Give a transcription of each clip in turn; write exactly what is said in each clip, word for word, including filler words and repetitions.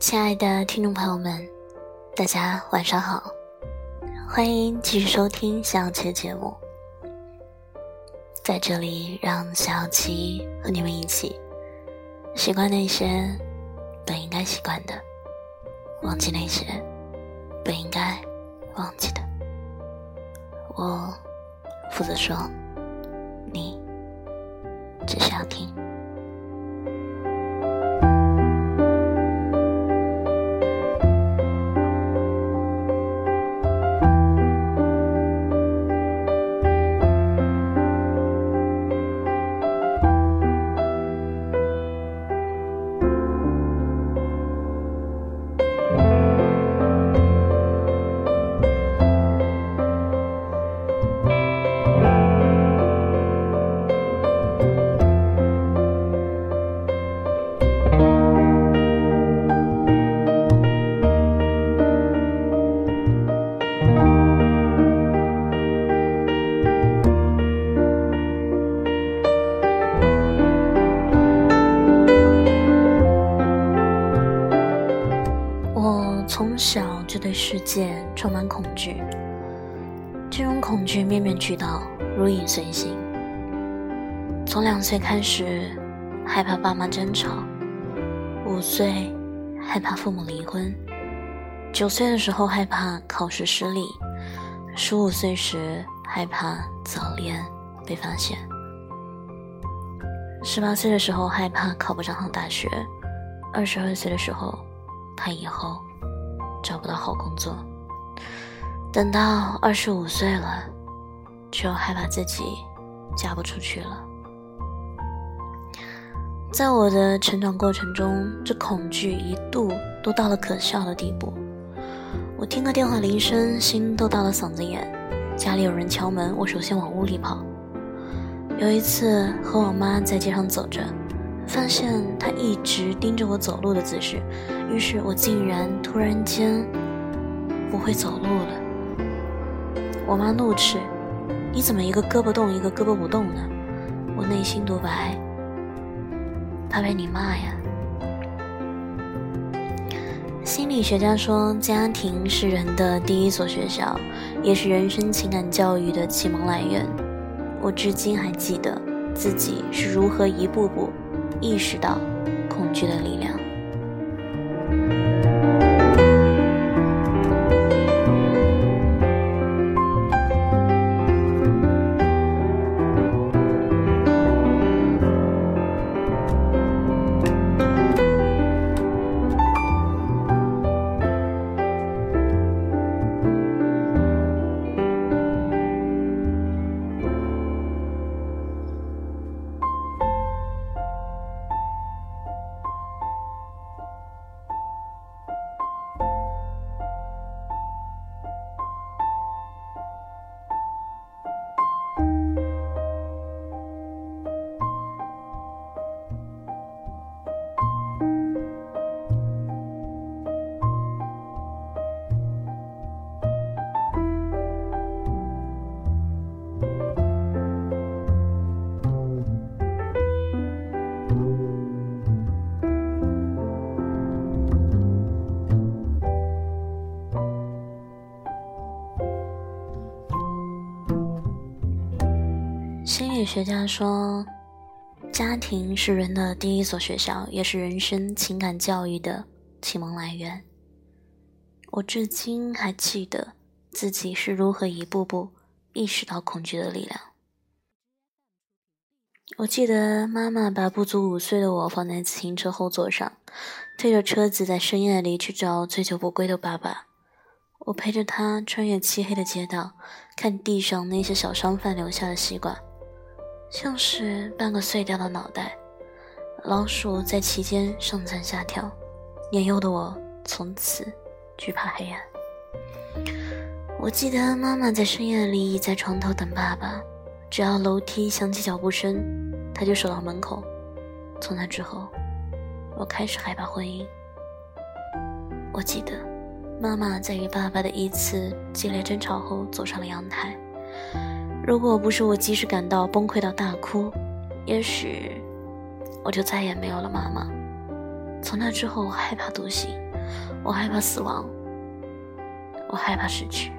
亲爱的听众朋友们，大家晚上好，欢迎继续收听小小琪的节目。在这里，让小小琪和你们一起习惯那些本应该习惯的，忘记那些本应该忘记的。我负责说，你只需要听。从小就对世界充满恐惧，这种恐惧面面俱到，如影随形。从两岁开始害怕爸妈争吵，五岁害怕父母离婚，九岁的时候害怕考试失利，十五岁时害怕早恋被发现，十八岁的时候害怕考不上好大学，二十二岁的时候怕以后找不到好工作，等到二十五岁了，就害怕自己嫁不出去了。在我的成长过程中，这恐惧一度都到了可笑的地步。我听个电话铃声，心都到了嗓子眼，家里有人敲门，我首先往屋里跑。有一次和我妈在街上走着，发现她一直盯着我走路的姿势，于是我竟然突然间不会走路了。我妈怒斥：你怎么一个胳膊动一个胳膊不动呢？我内心独白：怕被你骂呀。心理学家说，家庭是人的第一所学校，也是人生情感教育的启蒙来源。我至今还记得自己是如何一步步意识到恐惧的力量。心理学家说，家庭是人的第一所学校，也是人生情感教育的启蒙来源。我至今还记得自己是如何一步步意识到恐惧的力量。我记得妈妈把不足五岁的我放在自行车后座上，推着车子在深夜里去找醉酒不归的爸爸。我陪着他穿越漆黑的街道，看地上那些小商贩留下的西瓜，像是半个碎掉的脑袋，老鼠在其间上蹿下跳，年幼的我从此惧怕黑暗。我记得妈妈在深夜里在床头等爸爸，只要楼梯响起脚步声，她就守到门口。从那之后，我开始害怕婚姻。我记得妈妈在与爸爸的一次激烈争吵后走上了阳台，如果不是我及时赶到，崩溃到大哭，也许我就再也没有了妈妈。从那之后，我害怕独行， 我害怕死亡，我害怕失去。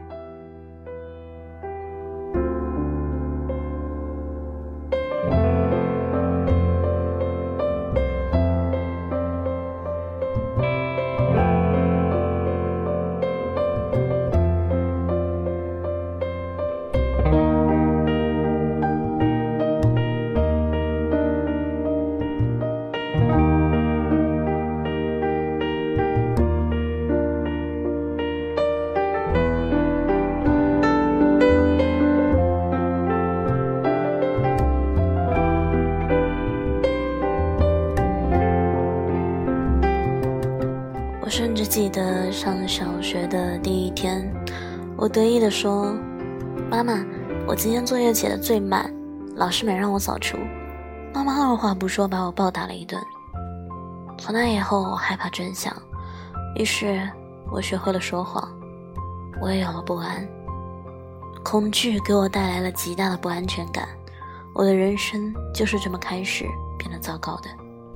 我甚至记得上小学的第一天，我得意地说：妈妈，我今天作业写得最慢，老师没让我扫除。妈妈二话不说把我暴打了一顿。从那以后，我害怕真相，于是我学会了说谎，我也有了不安。恐惧给我带来了极大的不安全感，我的人生就是这么开始变得糟糕的。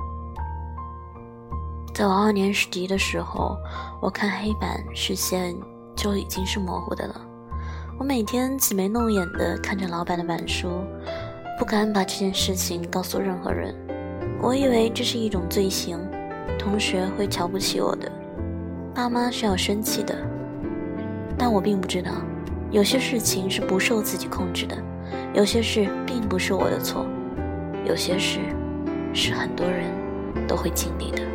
在我二年级的时候，我看黑板视线就已经是模糊的了。我每天挤眉弄眼地看着老板的板书，不敢把这件事情告诉任何人。我以为这是一种罪行，同学会瞧不起我的，爸妈是要生气的。但我并不知道，有些事情是不受自己控制的，有些事并不是我的错，有些事是很多人都会经历的。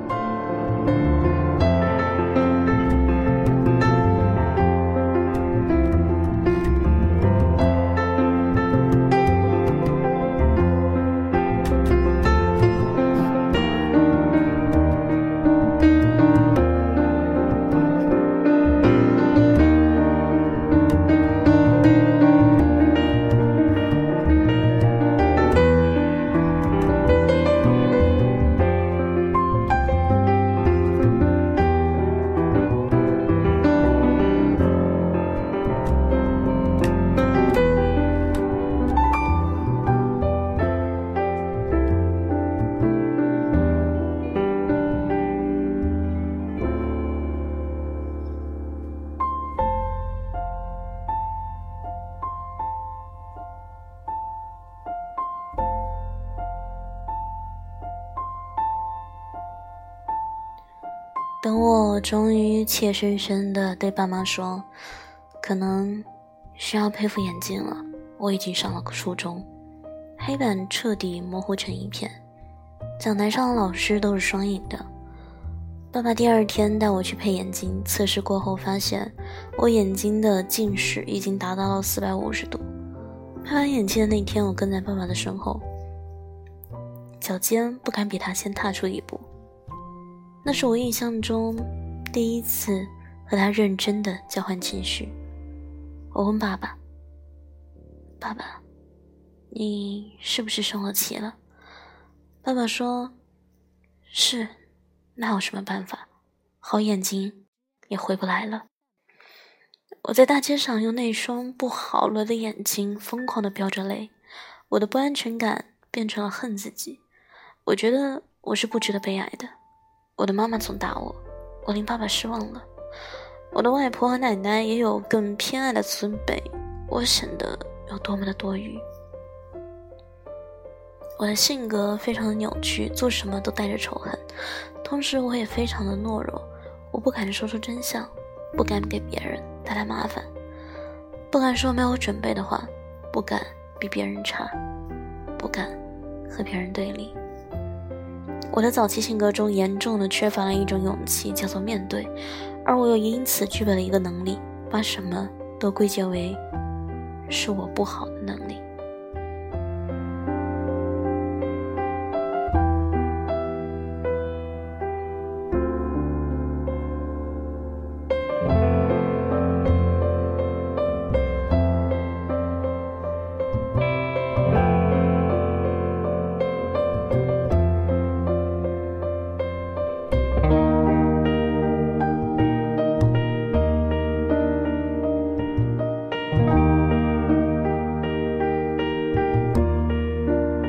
等我终于怯生生地对爸妈说，可能需要配副眼镜了，我已经上了初中，黑板彻底模糊成一片，讲台上的老师都是双影的。爸爸第二天带我去配眼镜，测试过后发现我眼睛的近视已经达到了四百五十度。配完眼镜的那天，我跟在爸爸的身后，脚尖不敢比他先踏出一步。那是我印象中第一次和他认真的交换情绪。我问爸爸：爸爸，你是不是生了气了？爸爸说：是，那有什么办法？好眼睛也回不来了。我在大街上用那双不好了的眼睛疯狂地飙着泪，我的不安全感变成了恨自己。我觉得我是不值得被爱的。我的妈妈总打我，我令爸爸失望了。我的外婆和奶奶也有更偏爱的孙辈，我显得有多么的多余。我的性格非常的扭曲，做什么都带着仇恨，同时我也非常的懦弱。我不敢说出真相，不敢给别人带来麻烦，不敢说没有准备的话，不敢比别人差，不敢和别人对立。我的早期性格中严重的缺乏了一种勇气，叫做面对，而我又因此具备了一个能力，把什么都归结为是我不好的能力。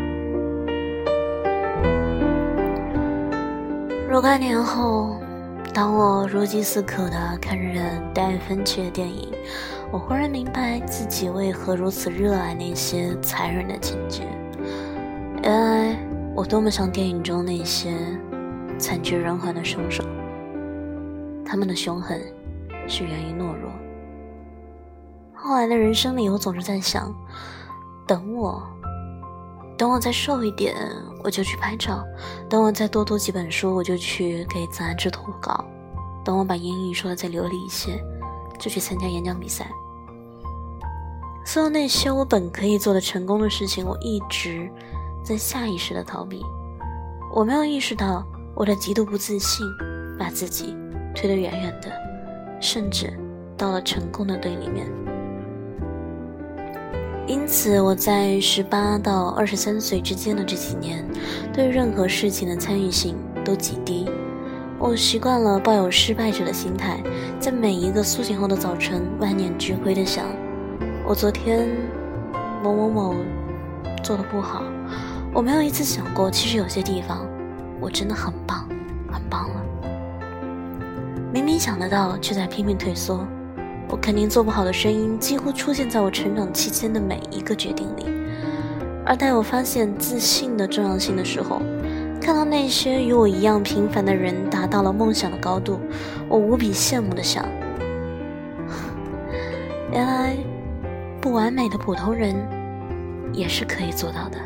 若干年后， 当我如饥似渴地看着戴维·芬奇的电影，我忽然明白自己为何如此热爱那些残忍的情节。原来我多么像电影中那些惨绝人寰的凶手，他们的凶狠是源于懦弱。后来的人生里，我总是在想，等我等我再瘦一点，我就去拍照；等我再多读几本书，我就去给杂志投稿；等我把英语说得再流利一些，就去参加演讲比赛。所有那些我本可以做的成功的事情，我一直在下意识的逃避。我没有意识到我的极度不自信把自己推得远远的，甚至到了成功的对立面。因此我在十八到二十三岁之间的这几年，对任何事情的参与性都极低。我习惯了抱有失败者的心态，在每一个苏醒后的早晨万念俱灰地想，我昨天某某某做得不好。我没有一次想过，其实有些地方我真的很棒很棒了。明明想得到，却在拼命退缩。我肯定做不好的声音几乎出现在我成长期间的每一个决定里。而待我发现自信的重要性的时候，看到那些与我一样平凡的人达到了梦想的高度，我无比羡慕地想，原来不完美的普通人也是可以做到的。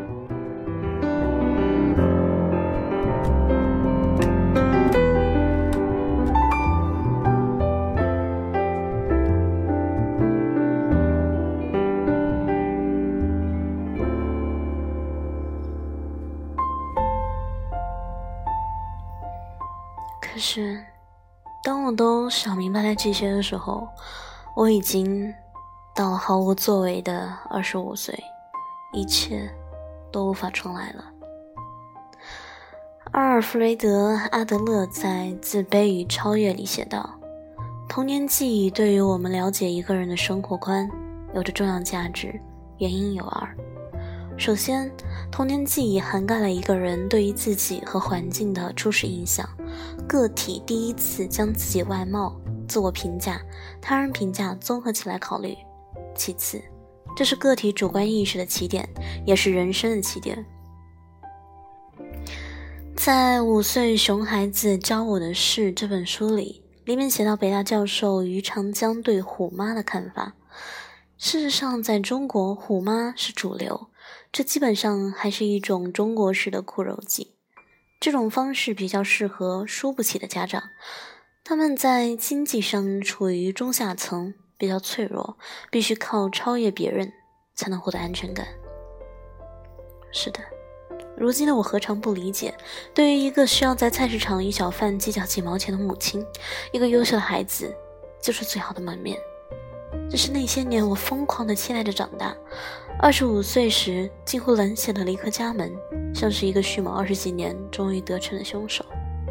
可是当我都想明白了这些的时候，我已经到了毫无作为的二十五岁，一切都无法重来了。阿尔弗雷德·阿德勒在《自卑与超越》里写道，童年记忆对于我们了解一个人的生活观有着重要价值，原因有二。首先，童年记忆涵盖了一个人对于自己和环境的初始印象，个体第一次将自己外貌、自我评价、他人评价综合起来考虑。其次，这是个体主观意识的起点，也是人生的起点。在《五岁熊孩子教我的事》这本书里，里面写到北大教授于长江对虎妈的看法。事实上，在中国，虎妈是主流，这基本上还是一种中国式的酷肉计。这种方式比较适合输不起的家长，他们在经济上处于中下层，比较脆弱，必须靠超越别人才能获得安全感。是的，如今的我何尝不理解，对于一个需要在菜市场与小贩计较几毛钱的母亲，一个优秀的孩子就是最好的门面。这是那些年我疯狂地期待着长大，二十五岁时几乎冷血地离开家门，像是一个蓄谋二十几年终于得逞的凶手。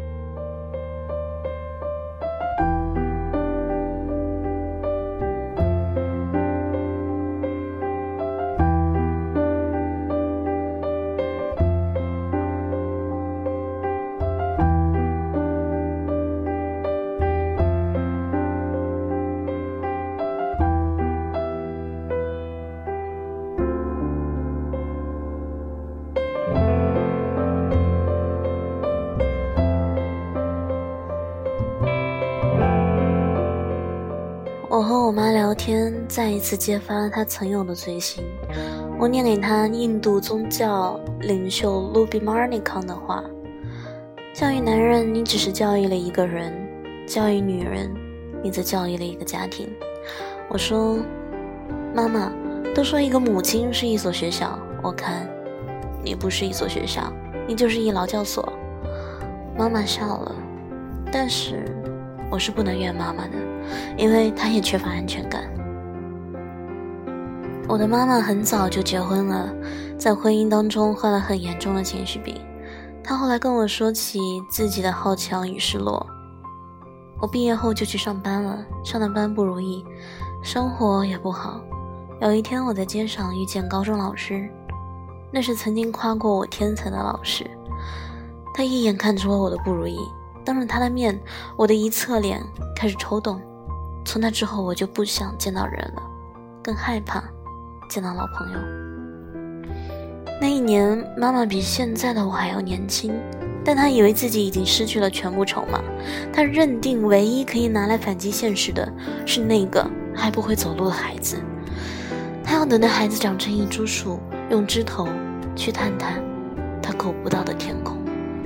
我和我妈聊天，再一次揭发她曾有的罪行。我念给她印度宗教领袖卢比马尔尼康的话：教育男人，你只是教育了一个人；教育女人，你则教育了一个家庭。我说，妈妈，都说一个母亲是一所学校，我看你不是一所学校，你就是一劳教所。妈妈笑了，但是我是不能怨妈妈的，因为她也缺乏安全感。我的妈妈很早就结婚了，在婚姻当中患了很严重的情绪病。她后来跟我说起自己的好强与失落。我毕业后就去上班了，上的班不如意，生活也不好。有一天我在街上遇见高中老师，那是曾经夸过我天才的老师。他一眼看出了我的不如意， 当着他的面，我的一侧脸开始抽动。从那之后，我就不想见到人了，更害怕见到老朋友。那一年，妈妈比现在的我还要年轻，但她以为自己已经失去了全部筹码。她认定唯一可以拿来反击现实的是那个还不会走路的孩子。她要等待孩子长成一株树，用枝头去探探她够不到的天空。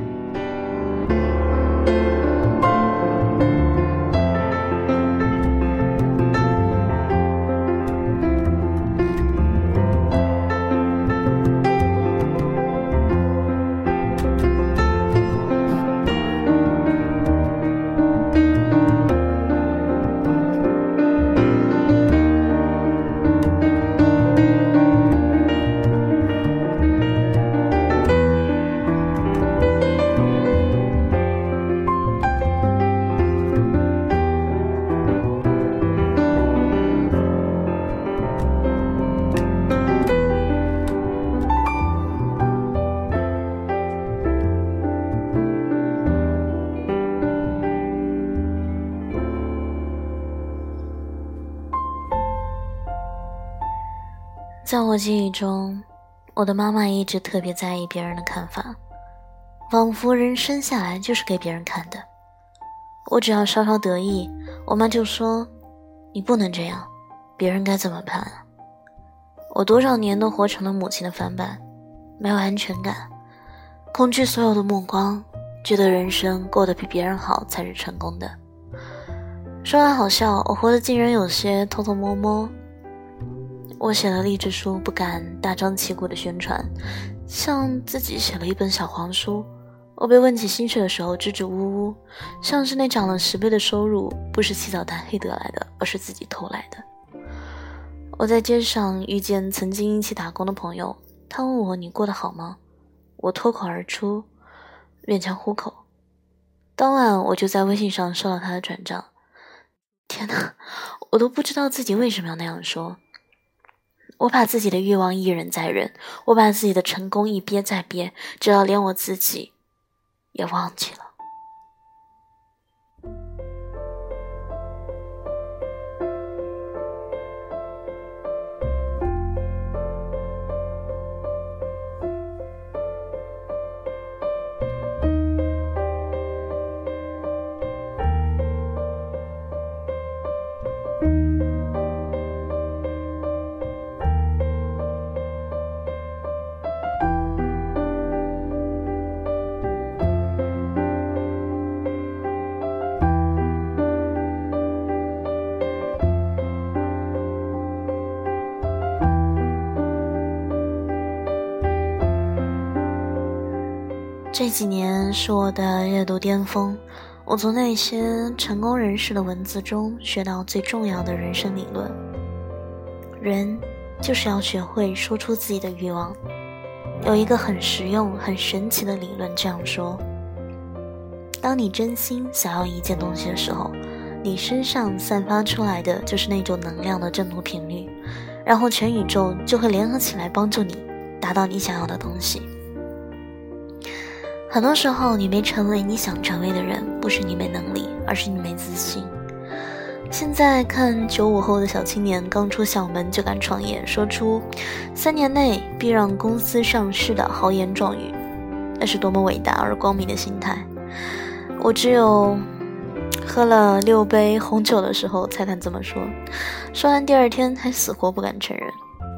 在我记忆中，我的妈妈一直特别在意别人的看法，仿佛人生下来就是给别人看的。我只要稍稍得意，我妈就说：“你不能这样，别人该怎么办啊？”我多少年都活成了母亲的翻版，没有安全感，恐惧所有的目光，觉得人生过得比别人好才是成功的。说来好笑，我活得竟然有些偷偷摸摸。我写了励志书，不敢大张旗鼓的宣传，像自己写了一本小黄书。我被问起薪水的时候支支吾吾，像是那涨了十倍的收入不是起早贪黑得来的，而是自己偷来的。我在街上遇见曾经一起打工的朋友，他问我：“你过得好吗？”我脱口而出，勉强糊口。当晚我就在微信上收到他的转账。天哪，我都不知道自己为什么要那样说。我把自己的欲望一忍再忍，我把自己的成功一憋再憋，直到连我自己也忘记了。这几年是我的阅读巅峰，我从那些成功人士的文字中学到最重要的人生理论。人就是要学会说出自己的欲望。有一个很实用很神奇的理论这样说：当你真心想要一件东西的时候，你身上散发出来的就是那种能量的振动频率，然后全宇宙就会联合起来帮助你达到你想要的东西。很多时候你没成为你想成为的人，不是你没能力，而是你没自信。现在看九五后的小青年刚出校门就敢创业，说出三年内必让公司上市的豪言壮语，那是多么伟大而光明的心态。我只有喝了六杯红酒的时候才敢这么说，说完第二天还死活不敢承认。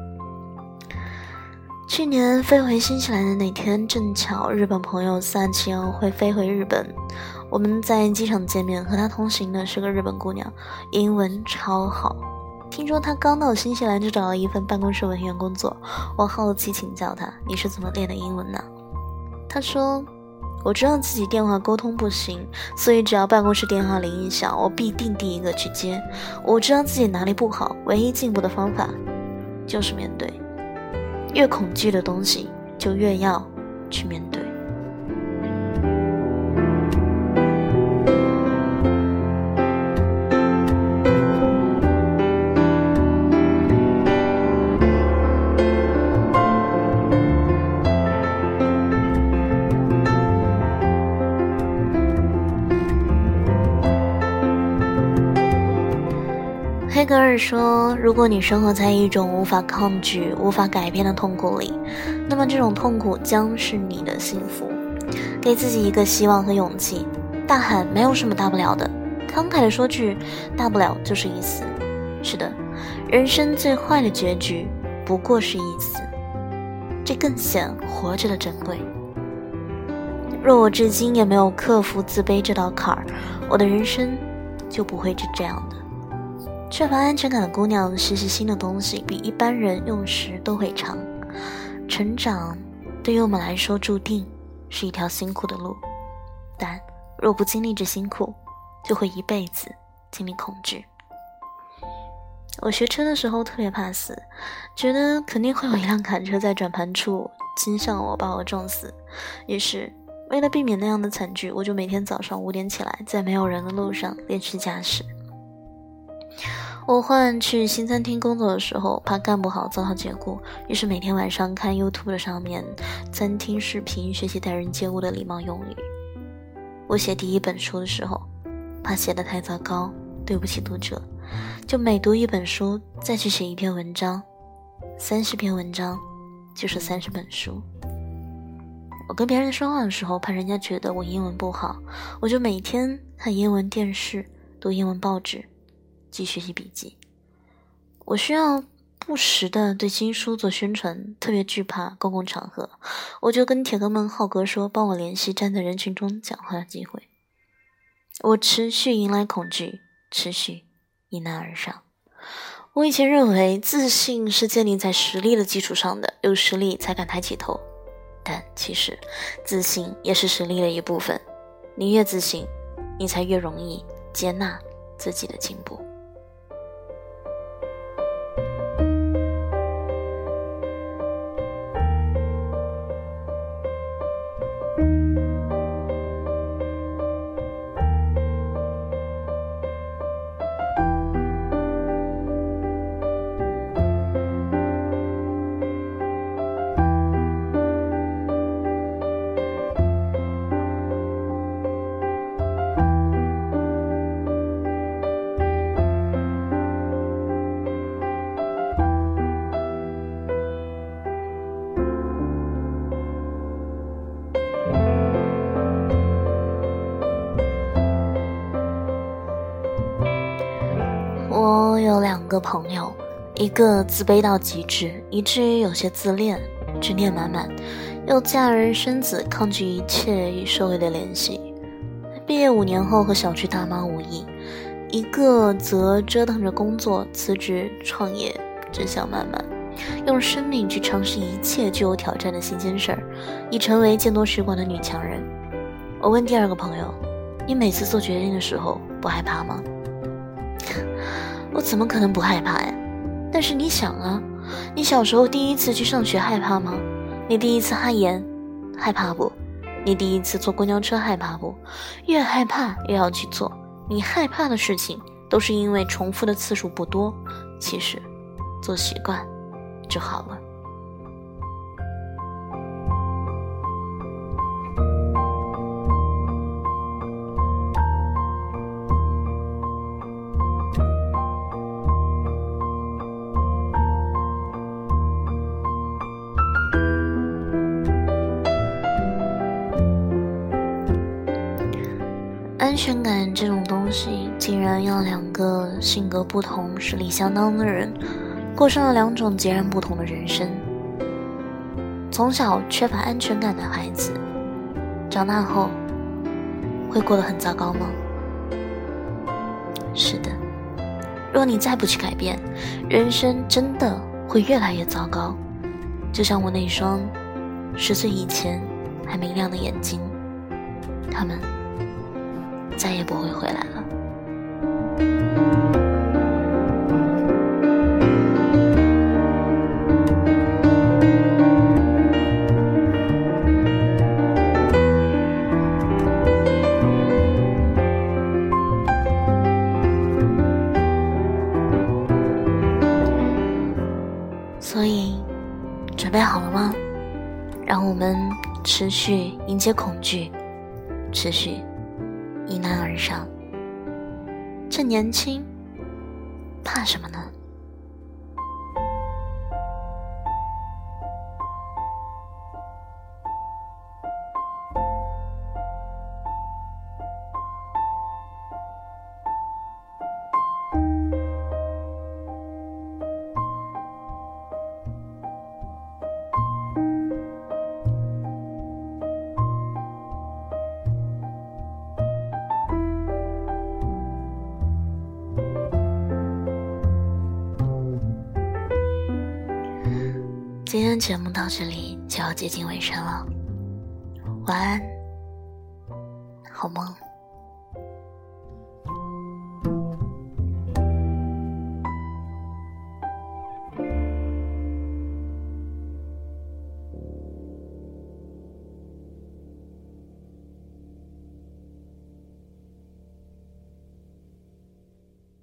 去年飞回新西兰的那天，正巧日本朋友萨奇奥会飞回日本，我们在机场见面，和她同行的是个日本姑娘，英文超好。听说她刚到新西兰就找了一份办公室文员工作，我好奇请教她：“你是怎么练的英文呢？”她说：“我知道自己电话沟通不行，所以只要办公室电话铃一响，我必定第一个去接。我知道自己哪里不好，唯一进步的方法就是面对。越恐惧的东西，就越要去面对。” 黑格尔说，如果你生活在一种无法抗拒、无法改变的痛苦里，那么这种痛苦将是你的幸福。给自己一个希望和勇气，大喊没有什么大不了的，慷慨地说句大不了就是一死。是的，人生最坏的结局不过是一死，这更显活着的珍贵。若我至今也没有克服自卑这道坎儿，我的人生就不会是这样的。缺乏安全感的姑娘学习新的东西比一般人用时都会长。成长对于我们来说注定是一条辛苦的路，但若不经历这辛苦，就会一辈子经历恐惧。我学车的时候特别怕死，觉得肯定会有一辆卡车在转盘处倾向我，把我撞死。于是为了避免那样的惨剧，我就每天早上五点起来，在没有人的路上练习驾驶。我换去新餐厅工作的时候，怕干不好遭到解雇，于是每天晚上看 YouTube 上面餐厅视频，学习待人接物的礼貌用语。我写第一本书的时候，怕写得太糟糕，对不起读者，就每读一本书再去写一篇文章，三十篇文章就是三十本书。我跟别人说话的时候，怕人家觉得我英文不好，我就每天看英文电视，读英文报纸，记学习笔记。我需要不时的对新书做宣传，特别惧怕公共场合，我就跟铁哥们浩哥说，帮我联系站在人群中讲话的机会。我持续迎来恐惧，持续迎难而上。我以前认为自信是建立在实力的基础上的，有实力才敢抬起头，但其实自信也是实力的一部分。你越自信，你才越容易接纳自己的进步。我有两个朋友，一个自卑到极致，以至于有些自恋，执念满满，又嫁人生子，抗拒一切与社会的联系。毕业五年后和小区大妈无异，一个则折腾着工作，辞职创业，志向满满，用生命去尝试一切具有挑战的新鲜事儿，已成为见多识广的女强人。我问第二个朋友，你每次做决定的时候不害怕吗？我怎么可能不害怕呀？但是你想啊，你小时候第一次去上学害怕吗？你第一次哈盐害怕不？你第一次坐公交车害怕不？越害怕越要去做。你害怕的事情都是因为重复的次数不多，其实做习惯就好了。安全感这种东西，竟然要两个性格不同、实力相当的人，过上了两种截然不同的人生。从小缺乏安全感的孩子，长大后会过得很糟糕吗？是的，若你再不去改变，人生真的会越来越糟糕。就像我那双十岁以前还明亮的眼睛，他们再也不会回来了。所以，准备好了吗？让我们持续迎接恐惧，持续迎难而上，趁年轻， 怕什么呢？今天节目到这里就要接近尾声了，晚安，好梦。